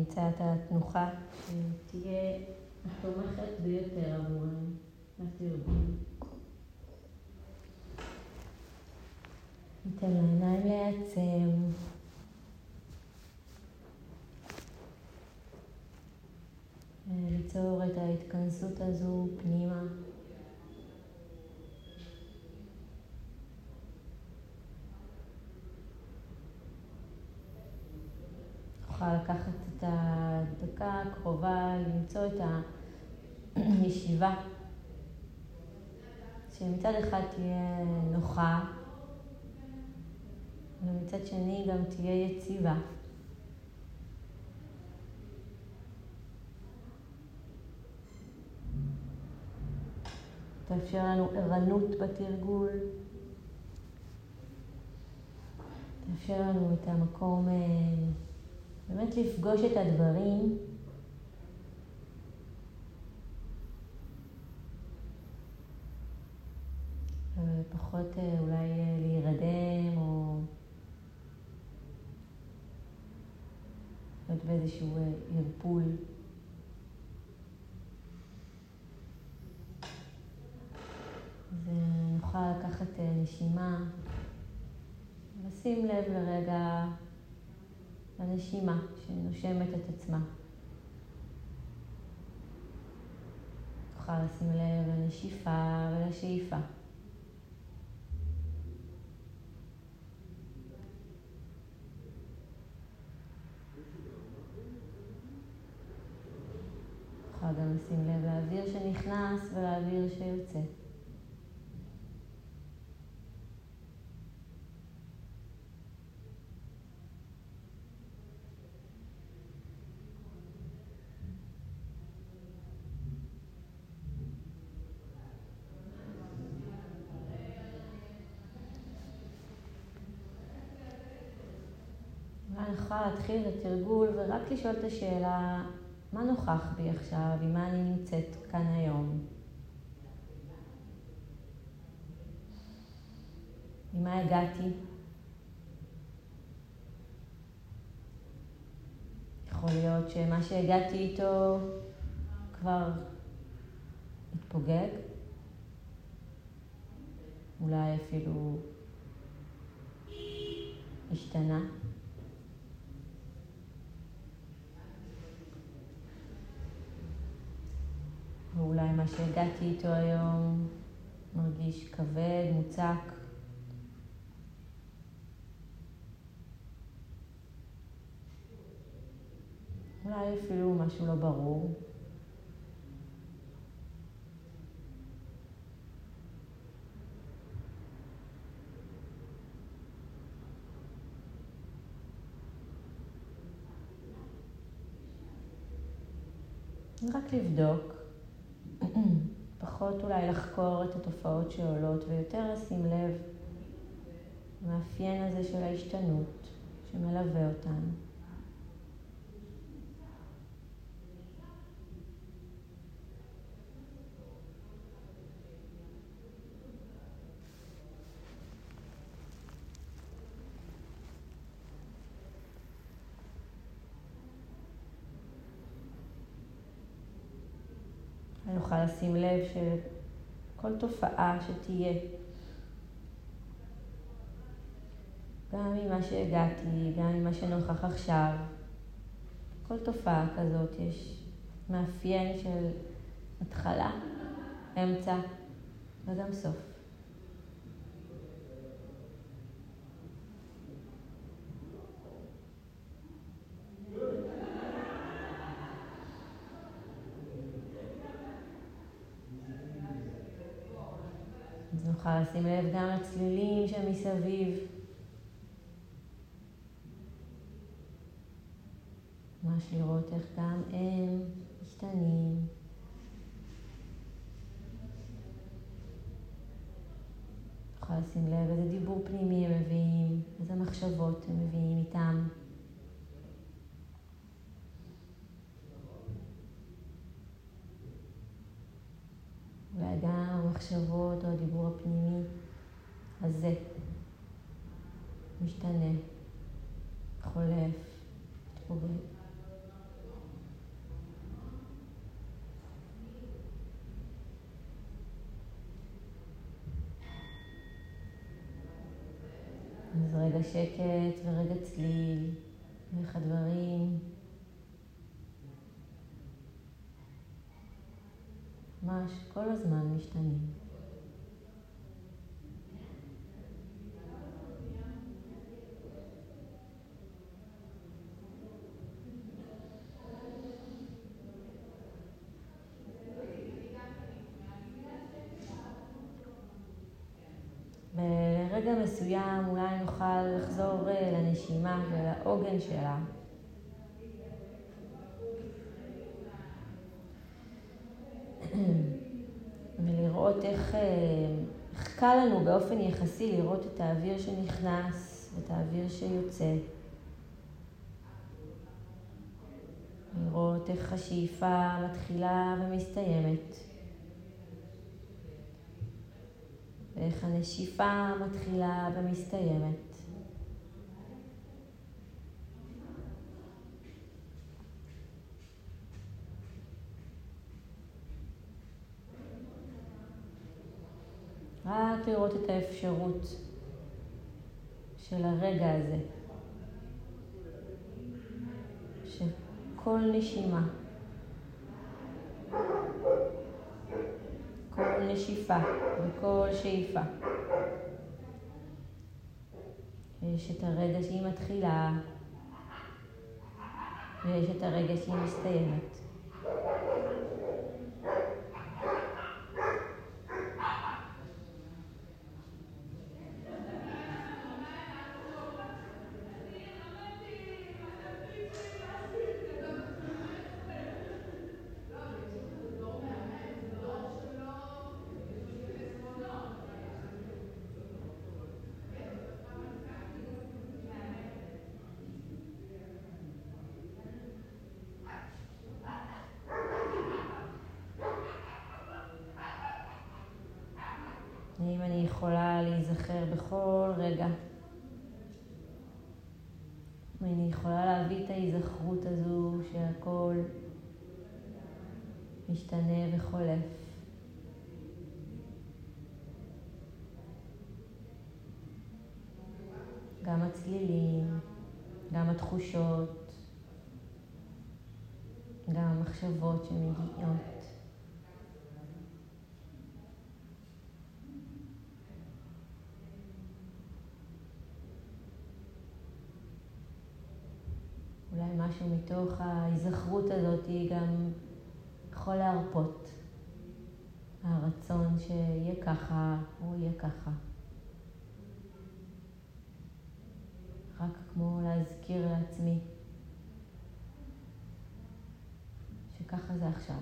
נמצא את התנוחה שתהיה התומכת ביותר עבורנו לתרגול. ניתן לעיניים לעצם. ליצור את ההתכנסות הזו פנימה. נוכל לקחת את הדקה הקרובה, למצוא את הישיבה שמצד אחד תהיה נוחה ומצד שני גם תהיה יציבה. תאפשר לנו ערנות בתרגול. תאפשר לנו את המקום באמת לפגוש את הדברים. ופחות אולי להירדם או להיות באיזשהו ערפול. אז נוכל לקחת נשימה, לשים לב לרגע לנשימה שנושמת את עצמה. נוכל לשים לב לנשיפה ולשאיפה. נוכל גם לשים לב לאוויר שנכנס ולאוויר שיוצא. אני יכולה להתחיל את התרגול ורק לשאול את השאלה, מה נוכח בי עכשיו, עם מה אני נמצאת כאן היום? עם מה הגעתי? יכול להיות שמה שהגעתי איתו כבר התפוגג, אולי אפילו השתנה. ואולי מה שהגעתי איתו היום מרגיש כבד, מוצק. אולי אפילו משהו לא ברור. רק לבדוק. פחות אולי לחקור את התופעות שעולות ויותר לשים לב למאפיין הזה של ההשתנות שמלווה אותנו. אני אוכל לשים לב שכל תופעה שתהיה, גם ממה שהגעתי, גם ממה שנוכח עכשיו, כל תופעה כזאת יש מאפיין של התחלה, אמצע וגם סוף. אז נוכל לשים לב גם לצלילים שמסביב. ממש לראות איך גם הם משתנים. נוכל לשים לב איזה דיבור פנימי הם מביאים, איזה מחשבות הם מביאים איתם. אולי גם המחשבות או הדיבור הפנימי הזה משתנה, חולף, מתפוגג. רגע שקט ורגע צליל, ואיך הדברים ממש כל הזמן משתנים. ברגע מסוים אולי נוכל לחזור לנשימה ולעוגן שלה. ולראות איך קל לנו באופן יחסי לראות את האוויר שנכנס ואת האוויר שיוצא. לראות איך השאיפה מתחילה ומסתיימת. ואיך הנשיפה מתחילה ומסתיימת. רק לראות את האפשרות של הרגע הזה. שכל נשימה, כל נשיפה וכל שאיפה. יש את הרגע שהיא מתחילה, ויש את הרגע שהיא מסתיימת. אם אני יכולה להיזכר בכל רגע, אני יכולה להביא את ההיזכרות הזו שהכל משתנה וחולף. גם הצלילים, גם התחושות, גם המחשבות שמגיעות. אולי משהו מתוך ההיזכרות הזאת גם יכול להרפות. הרצון שיהיה ככה או יהיה ככה. רק כמו להזכיר לעצמי שככה זה עכשיו.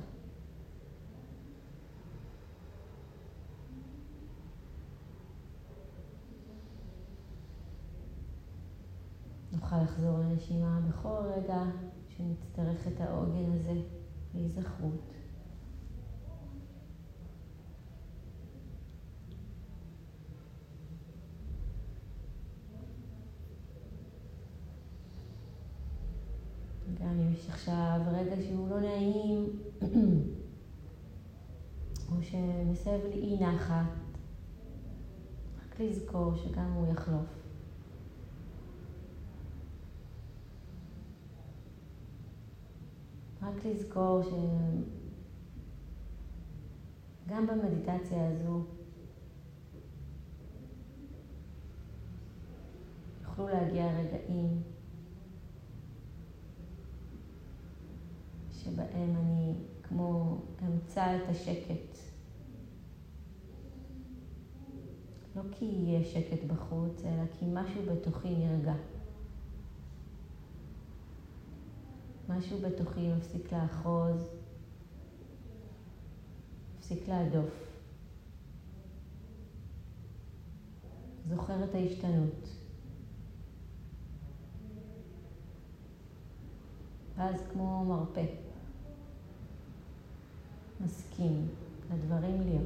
נוכל לחזור לנשימה בכל רגע שנצטרך את העוגן הזה להיזכרות. גם אם יש עכשיו רגע שהוא לא נעים, או שמסב לי אי נחת, רק לזכור שגם הוא יחלוף. רק לזכור שגם במדיטציה הזו יוכלו להגיע רגעים שבהם אני כמו אמצא את השקט. לא כי יהיה שקט בחוץ, אלא כי משהו בתוכי נרגע. משהו בתוכי מפסיק לאחוז, מפסיק להדוף. זוכר את ההשתנות. ואז כמו מרפא, מסכים לדברים להיות.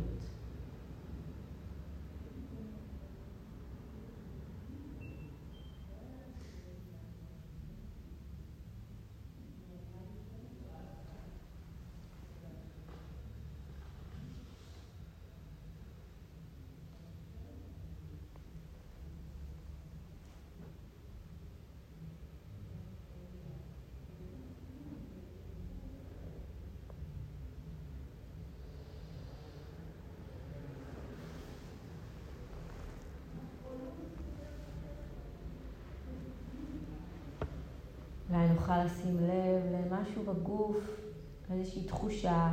נוכל לשים לב למשהו בגוף, איזושהי תחושה.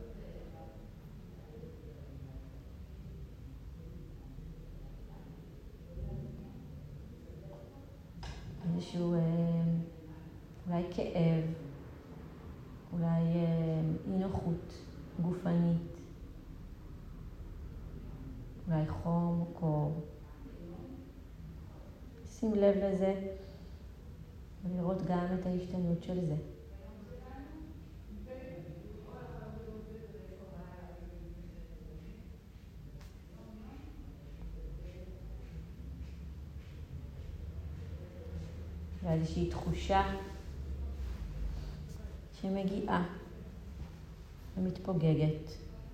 איזשהו אולי כאב, אולי אי נוחות גופנית, אולי חום או קור. שים לב לזה ולראות גם את ההשתנות של זה. ואיזושהי תחושה שמגיעה ומתפוגגת.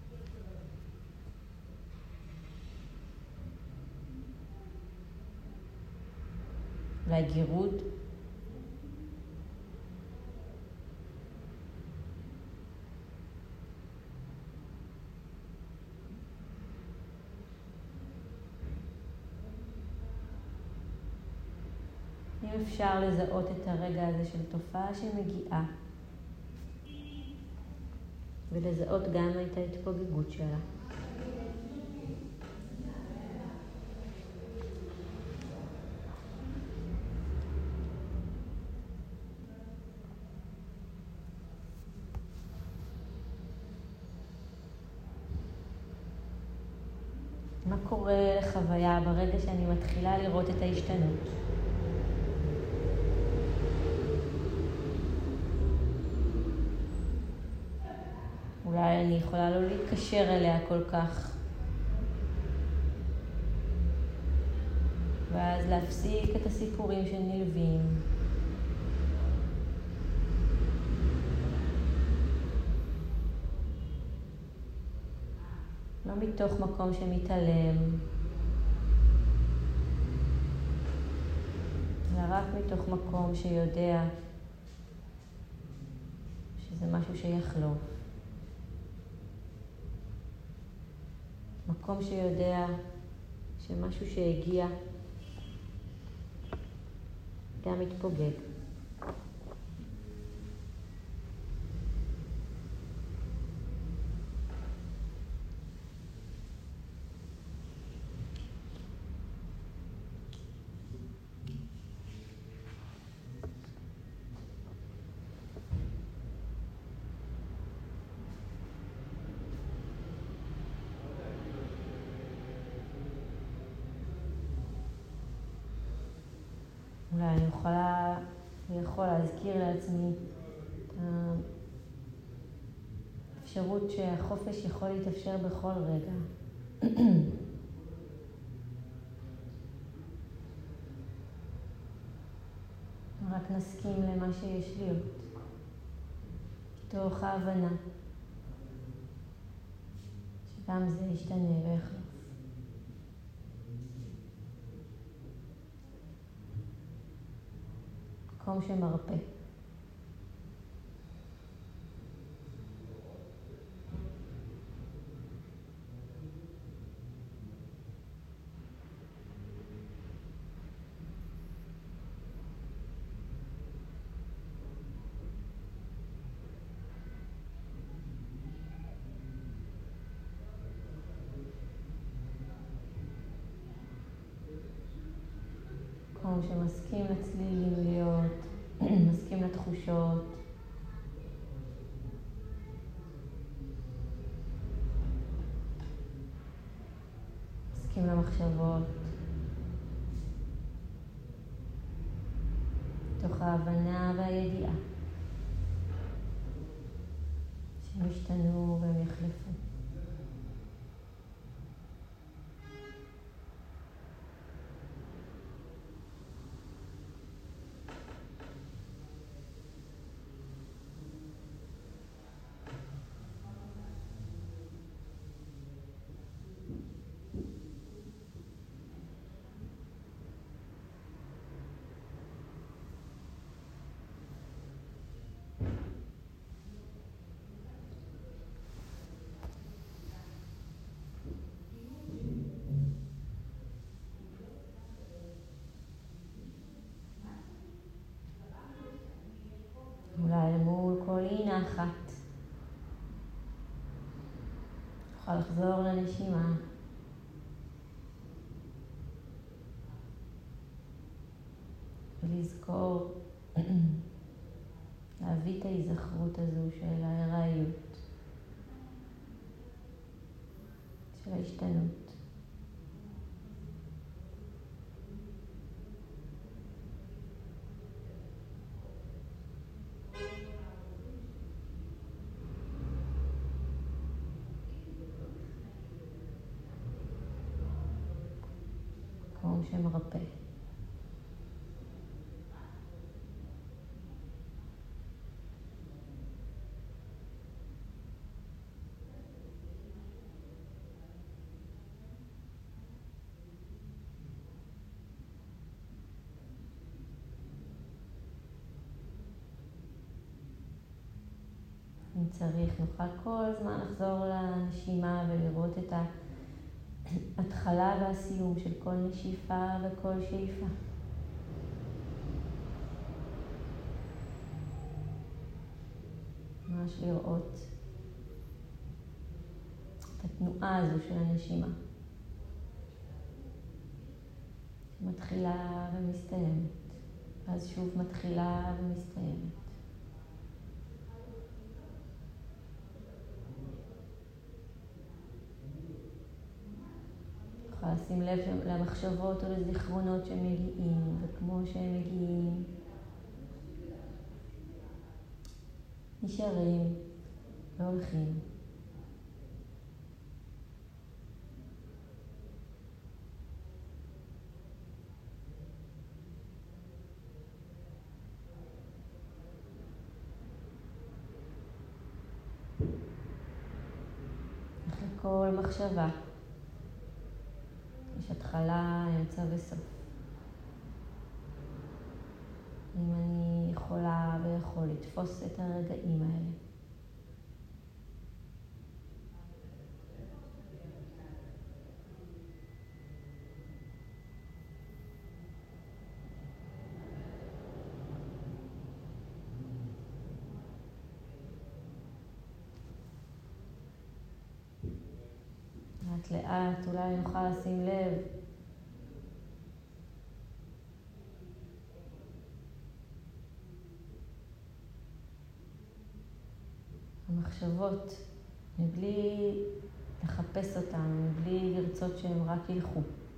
אולי גירוד. אם אפשר לזהות את הרגע הזה של תופעה שמגיעה, ולזהות גם את ההתפוגגות שלה. מה קורה לחוויה ברגע שאני מתחילה לראות את ההשתנות? אולי אני יכולה לא להתקשר אליה כל כך. ואז להפסיק את הסיפורים שנלווים. לא מתוך מקום שמתעלם, אלא רק מתוך מקום שיודע שזה משהו שיחלוף. מקום שיודע שמשהו שהגיע גם מתפוגג. אולי אני יכול להזכיר לעצמי את האפשרות שהחופש יכול להתאפשר בכל רגע. רק נסכים למה שיש להיות, מתוך ההבנה שגם זה ישתנה ויחלוף. מקום שמרפא. מקום שמסכים לצלילים להיות, מסכים לתחושות. מסכים למחשבות. תוך ההבנה והידיעה שהם ישתנו והם יחלפו. שנייה אחת. תוכל לחזור לנשימה. ולזכור, להביא את ההיזכרות הזו של ההיראיות, של ההשתנות. מקום שמרפא. אם צריך, נוכל כל הזמן לחזור לנשימה ולראות את ההתחלה והסיום של כל נשיפה וכל שאיפה. ממש לראות את התנועה הזו של הנשימה. שמתחילה ומסתיימת, ואז שוב מתחילה ומסתיימת. לשים לב למחשבות או לזיכרונות שמגיעים, וכמו שהם מגיעים, נשארים והולכים. לכל מחשבה יש התחלה, אמצע וסוף. אם אני יכולה ויכול לתפוס את הרגעים האלה. לאט לאט אולי נוכל לשים לב המחשבות מבלי לחפש אותן, מבלי לרצות שהן רק ילכו,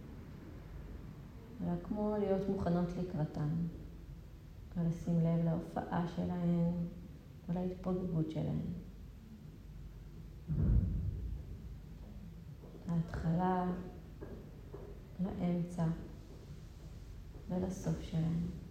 אלא כמו להיות מוכנות לקראתן ולשים לב להופעה שלהן ולהתפוגגות שלהן. להתחלה, לאמצע ולסוף שלהן.